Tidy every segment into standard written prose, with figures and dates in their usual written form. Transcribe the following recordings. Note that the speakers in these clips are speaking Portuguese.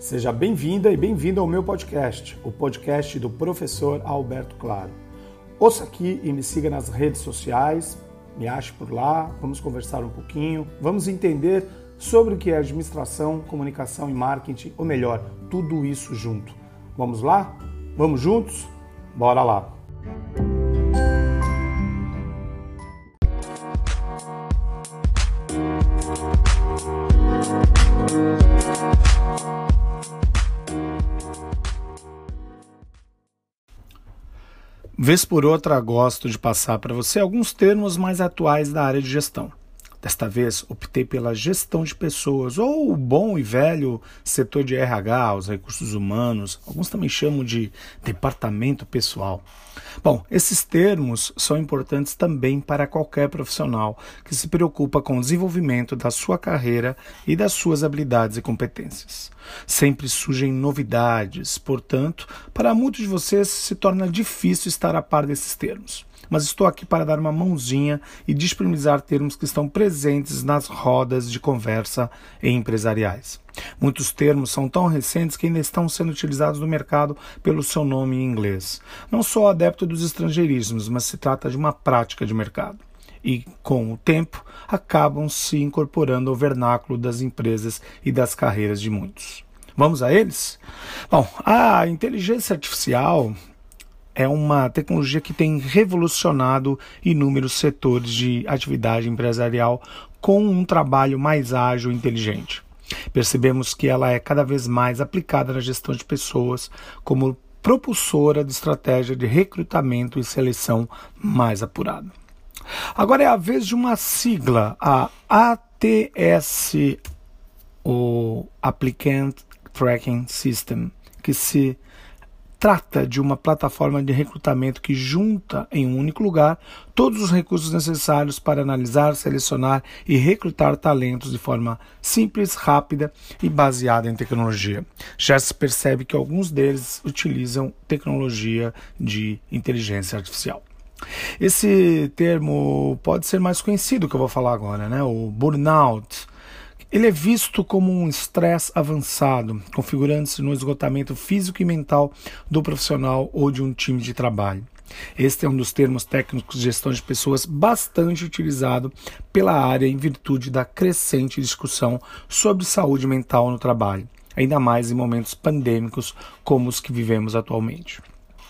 Seja bem-vinda e bem-vindo ao meu podcast, o podcast do professor Alberto Claro. Ouça aqui e me siga nas redes sociais, me ache por lá, vamos conversar um pouquinho, vamos entender sobre o que é administração, comunicação e marketing, ou melhor, tudo isso junto. Vamos lá? Vamos juntos? Bora lá! Vez por outra, gosto de passar para você alguns termos mais atuais da área de gestão. Desta vez, optei pela gestão de pessoas, ou o bom e velho setor de RH, os recursos humanos, alguns também chamam de departamento pessoal. Bom, esses termos são importantes também para qualquer profissional que se preocupa com o desenvolvimento da sua carreira e das suas habilidades e competências. Sempre surgem novidades, portanto, para muitos de vocês se torna difícil estar a par desses termos. Mas estou aqui para dar uma mãozinha e disponibilizar termos que estão presentes nas rodas de conversa empresariais. Muitos termos são tão recentes que ainda estão sendo utilizados no mercado pelo seu nome em inglês. Não sou adepto dos estrangeirismos, mas se trata de uma prática de mercado. E, com o tempo, acabam se incorporando ao vernáculo das empresas e das carreiras de muitos. Vamos a eles? Bom, a inteligência artificial é uma tecnologia que tem revolucionado inúmeros setores de atividade empresarial com um trabalho mais ágil e inteligente. Percebemos que ela é cada vez mais aplicada na gestão de pessoas como propulsora de estratégia de recrutamento e seleção mais apurada. Agora é a vez de uma sigla, a ATS, o Applicant Tracking System, que se trata de uma plataforma de recrutamento que junta em um único lugar todos os recursos necessários para analisar, selecionar e recrutar talentos de forma simples, rápida e baseada em tecnologia. Já se percebe que alguns deles utilizam tecnologia de inteligência artificial. Esse termo pode ser mais conhecido que eu vou falar agora, né? O burnout. Ele é visto como um estresse avançado, configurando-se no esgotamento físico e mental do profissional ou de um time de trabalho. Este é um dos termos técnicos de gestão de pessoas bastante utilizado pela área em virtude da crescente discussão sobre saúde mental no trabalho, ainda mais em momentos pandêmicos como os que vivemos atualmente.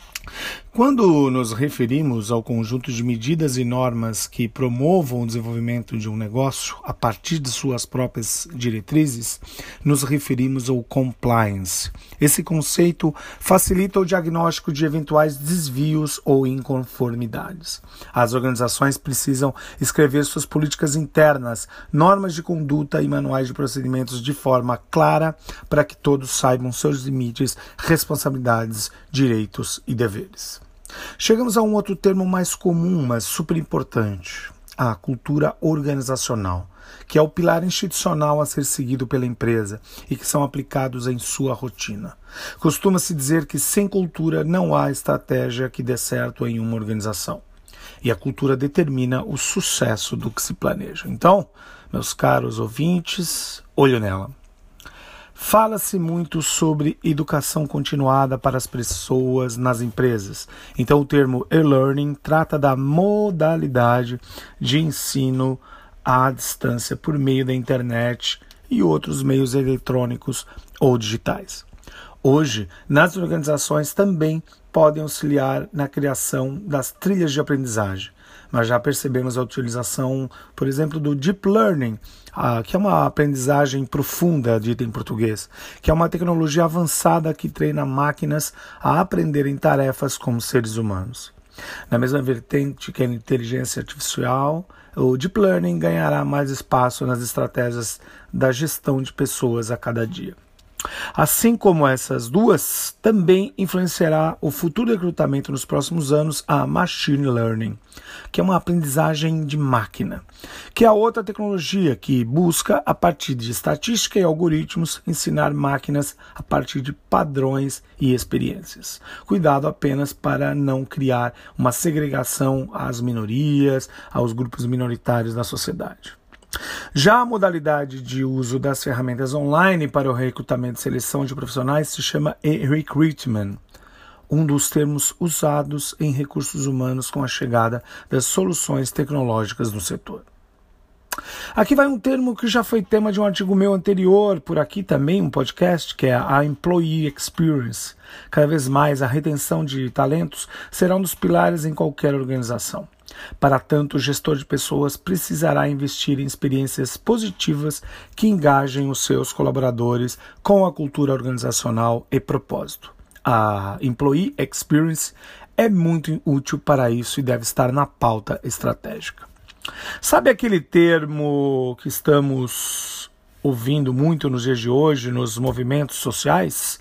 Quando nos referimos ao conjunto de medidas e normas que promovam o desenvolvimento de um negócio a partir de suas próprias diretrizes, nos referimos ao compliance. Esse conceito facilita o diagnóstico de eventuais desvios ou inconformidades. As organizações precisam escrever suas políticas internas, normas de conduta e manuais de procedimentos de forma clara para que todos saibam seus limites, responsabilidades, direitos e deveres. Chegamos a um outro termo mais comum, mas super importante, a cultura organizacional, que é o pilar institucional a ser seguido pela empresa e que são aplicados em sua rotina. Costuma-se dizer que sem cultura não há estratégia que dê certo em uma organização. E a cultura determina o sucesso do que se planeja. Então, meus caros ouvintes, olho nela. Fala-se muito sobre educação continuada para as pessoas nas empresas. Então o termo e-learning trata da modalidade de ensino à distância por meio da internet e outros meios eletrônicos ou digitais. Hoje, nas organizações também podem auxiliar na criação das trilhas de aprendizagem. Mas já percebemos a utilização, por exemplo, do Deep Learning, que é uma aprendizagem profunda, dita em português, que é uma tecnologia avançada que treina máquinas a aprenderem tarefas como seres humanos. Na mesma vertente que a inteligência artificial, o Deep Learning ganhará mais espaço nas estratégias da gestão de pessoas a cada dia. Assim como essas duas, também influenciará o futuro recrutamento nos próximos anos a Machine Learning, que é uma aprendizagem de máquina, que é a outra tecnologia que busca, a partir de estatística e algoritmos, ensinar máquinas a partir de padrões e experiências. Cuidado apenas para não criar uma segregação às minorias, aos grupos minoritários da sociedade. Já a modalidade de uso das ferramentas online para o recrutamento e seleção de profissionais se chama e-recruitment, um dos termos usados em recursos humanos com a chegada das soluções tecnológicas no setor. Aqui vai um termo que já foi tema de um artigo meu anterior, por aqui também, um podcast, que é a Employee Experience. Cada vez mais, a retenção de talentos será um dos pilares em qualquer organização. Para tanto, o gestor de pessoas precisará investir em experiências positivas que engajem os seus colaboradores com a cultura organizacional e propósito. A Employee Experience é muito útil para isso e deve estar na pauta estratégica. Sabe aquele termo que estamos ouvindo muito nos dias de hoje, nos movimentos sociais?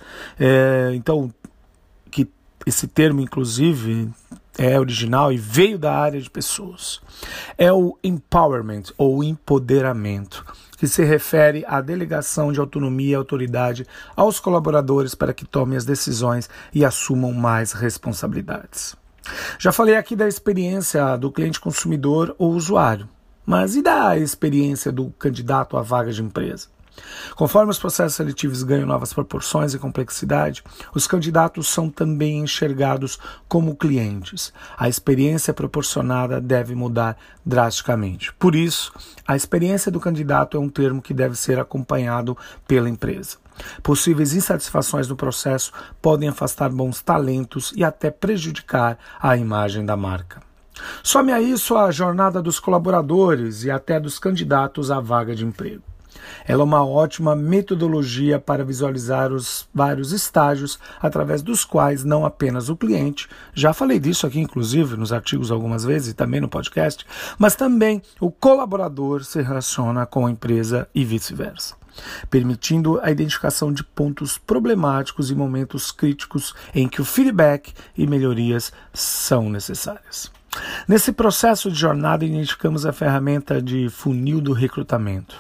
Então, que esse termo, inclusive, é original e veio da área de pessoas. É o empowerment, ou empoderamento, que se refere à delegação de autonomia e autoridade aos colaboradores para que tomem as decisões e assumam mais responsabilidades. Já falei aqui da experiência do cliente consumidor ou usuário, mas e da experiência do candidato à vaga de empresa? Conforme os processos seletivos ganham novas proporções e complexidade, os candidatos são também enxergados como clientes. A experiência proporcionada deve mudar drasticamente. Por isso, a experiência do candidato é um termo que deve ser acompanhado pela empresa. Possíveis insatisfações no processo podem afastar bons talentos e até prejudicar a imagem da marca. Some a isso a jornada dos colaboradores e até dos candidatos à vaga de emprego. Ela é uma ótima metodologia para visualizar os vários estágios através dos quais não apenas o cliente, já falei disso aqui inclusive nos artigos algumas vezes e também no podcast, mas também o colaborador se relaciona com a empresa e vice-versa, permitindo a identificação de pontos problemáticos e momentos críticos em que o feedback e melhorias são necessárias. Nesse processo de jornada, identificamos a ferramenta de funil do recrutamento.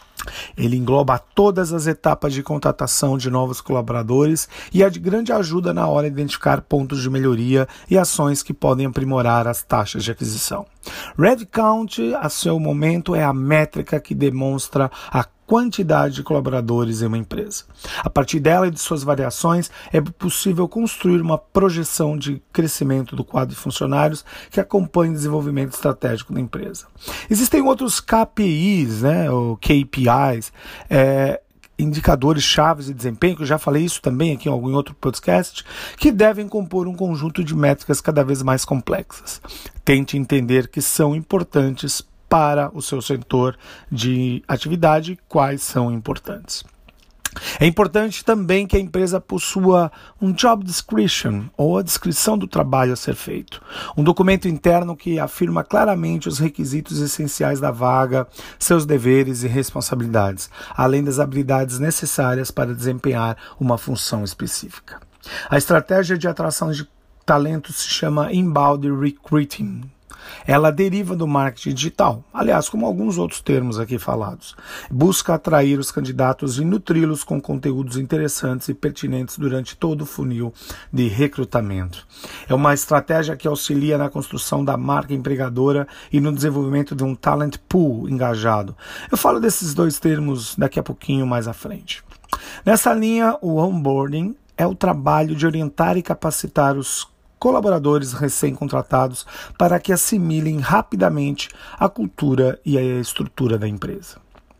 Ele engloba todas as etapas de contratação de novos colaboradores e é de grande ajuda na hora de identificar pontos de melhoria e ações que podem aprimorar as taxas de aquisição. Red Count, a seu momento, é a métrica que demonstra a quantidade de colaboradores em uma empresa. A partir dela e de suas variações, é possível construir uma projeção de crescimento do quadro de funcionários que acompanhe o desenvolvimento estratégico da empresa. Existem outros KPIs, ou KPIs, indicadores chaves de desempenho, que eu já falei isso também aqui em algum outro podcast, que devem compor um conjunto de métricas cada vez mais complexas. Tente entender que são importantes para o seu setor de atividade, quais são importantes. É importante também que a empresa possua um job description, ou a descrição do trabalho a ser feito. Um documento interno que afirma claramente os requisitos essenciais da vaga, seus deveres e responsabilidades, além das habilidades necessárias para desempenhar uma função específica. A estratégia de atração de talentos se chama Inbound Recruiting. Ela deriva do marketing digital, aliás, como alguns outros termos aqui falados. Busca atrair os candidatos e nutri-los com conteúdos interessantes e pertinentes durante todo o funil de recrutamento. É uma estratégia que auxilia na construção da marca empregadora e no desenvolvimento de um talent pool engajado. Eu falo desses dois termos daqui a pouquinho mais à frente. Nessa linha, o onboarding é o trabalho de orientar e capacitar os colaboradores recém-contratados para que assimilem rapidamente a cultura e a estrutura da empresa.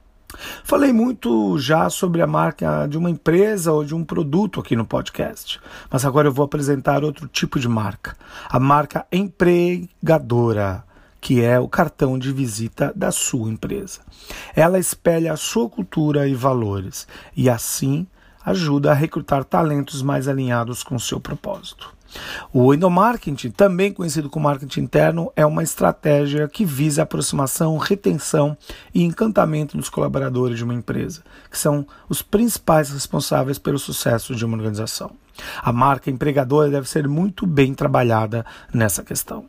Falei muito já sobre a marca de uma empresa ou de um produto aqui no podcast, mas agora eu vou apresentar outro tipo de marca, a marca empregadora, que é o cartão de visita da sua empresa. Ela espelha a sua cultura e valores e assim ajuda a recrutar talentos mais alinhados com o seu propósito. O endomarketing, também conhecido como marketing interno, é uma estratégia que visa a aproximação, retenção e encantamento dos colaboradores de uma empresa, que são os principais responsáveis pelo sucesso de uma organização. A marca empregadora deve ser muito bem trabalhada nessa questão.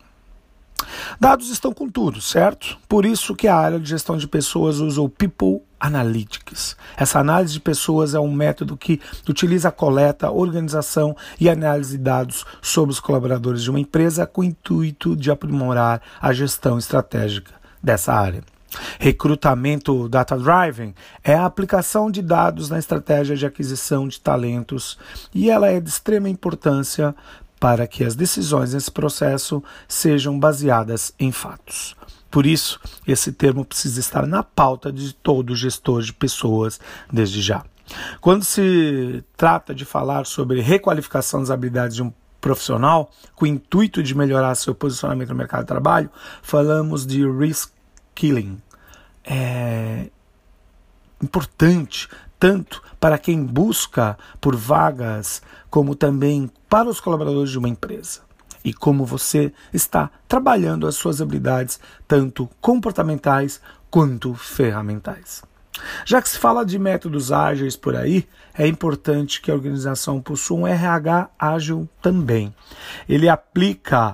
Dados estão com tudo, certo? Por isso que a área de gestão de pessoas usa o People Analytics. Essa análise de pessoas é um método que utiliza a coleta, organização e análise de dados sobre os colaboradores de uma empresa com o intuito de aprimorar a gestão estratégica dessa área. Recrutamento data-driven é a aplicação de dados na estratégia de aquisição de talentos e ela é de extrema importância para que as decisões nesse processo sejam baseadas em fatos. Por isso, esse termo precisa estar na pauta de todo gestor de pessoas desde já. Quando se trata de falar sobre requalificação das habilidades de um profissional, com o intuito de melhorar seu posicionamento no mercado de trabalho, falamos de reskilling. É importante tanto para quem busca por vagas, como também para os colaboradores de uma empresa. E como você está trabalhando as suas habilidades, tanto comportamentais quanto ferramentais. Já que se fala de métodos ágeis por aí, é importante que a organização possua um RH ágil também. Ele aplica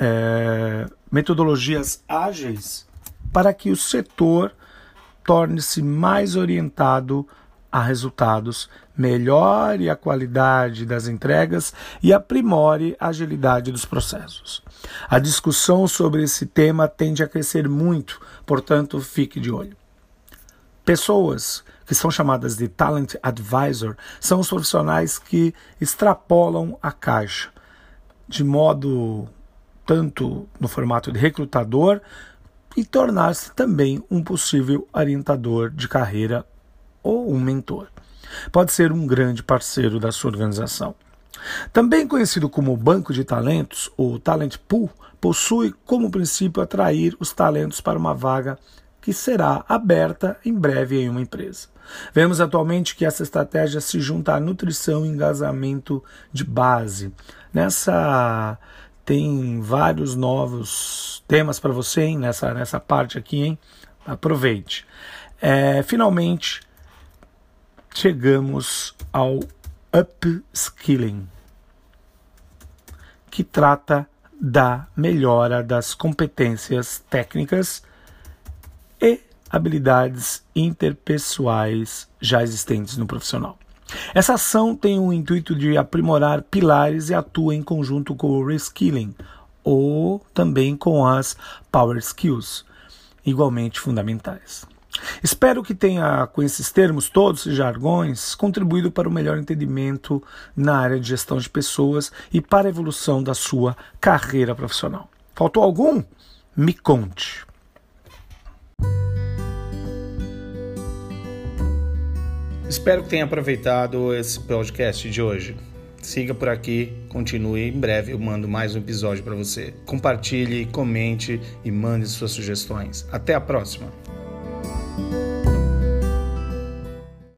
metodologias ágeis para que o setor torne-se mais orientado a resultados, melhore a qualidade das entregas e aprimore a agilidade dos processos. A discussão sobre esse tema tende a crescer muito, portanto, fique de olho. Pessoas que são chamadas de Talent Advisor são os profissionais que extrapolam a caixa, de modo tanto no formato de recrutador e tornar-se também um possível orientador de carreira ou um mentor. Pode ser um grande parceiro da sua organização. Também conhecido como banco de talentos, o Talent Pool possui como princípio atrair os talentos para uma vaga que será aberta em breve em uma empresa. Vemos atualmente que essa estratégia se junta à nutrição e engajamento de base. Nessa tem vários novos temas para você, hein? Nessa parte aqui, hein? Aproveite. Finalmente, chegamos ao upskilling, que trata da melhora das competências técnicas e habilidades interpessoais já existentes no profissional. Essa ação tem o intuito de aprimorar pilares e atua em conjunto com o reskilling, ou também com as power skills, igualmente fundamentais. Espero que tenha, com esses termos todos e jargões, contribuído para o melhor entendimento na área de gestão de pessoas e para a evolução da sua carreira profissional. Faltou algum? Me conte. Espero que tenha aproveitado esse podcast de hoje. Siga por aqui, continue. Em breve eu mando mais um episódio para você. Compartilhe, comente e mande suas sugestões. Até a próxima!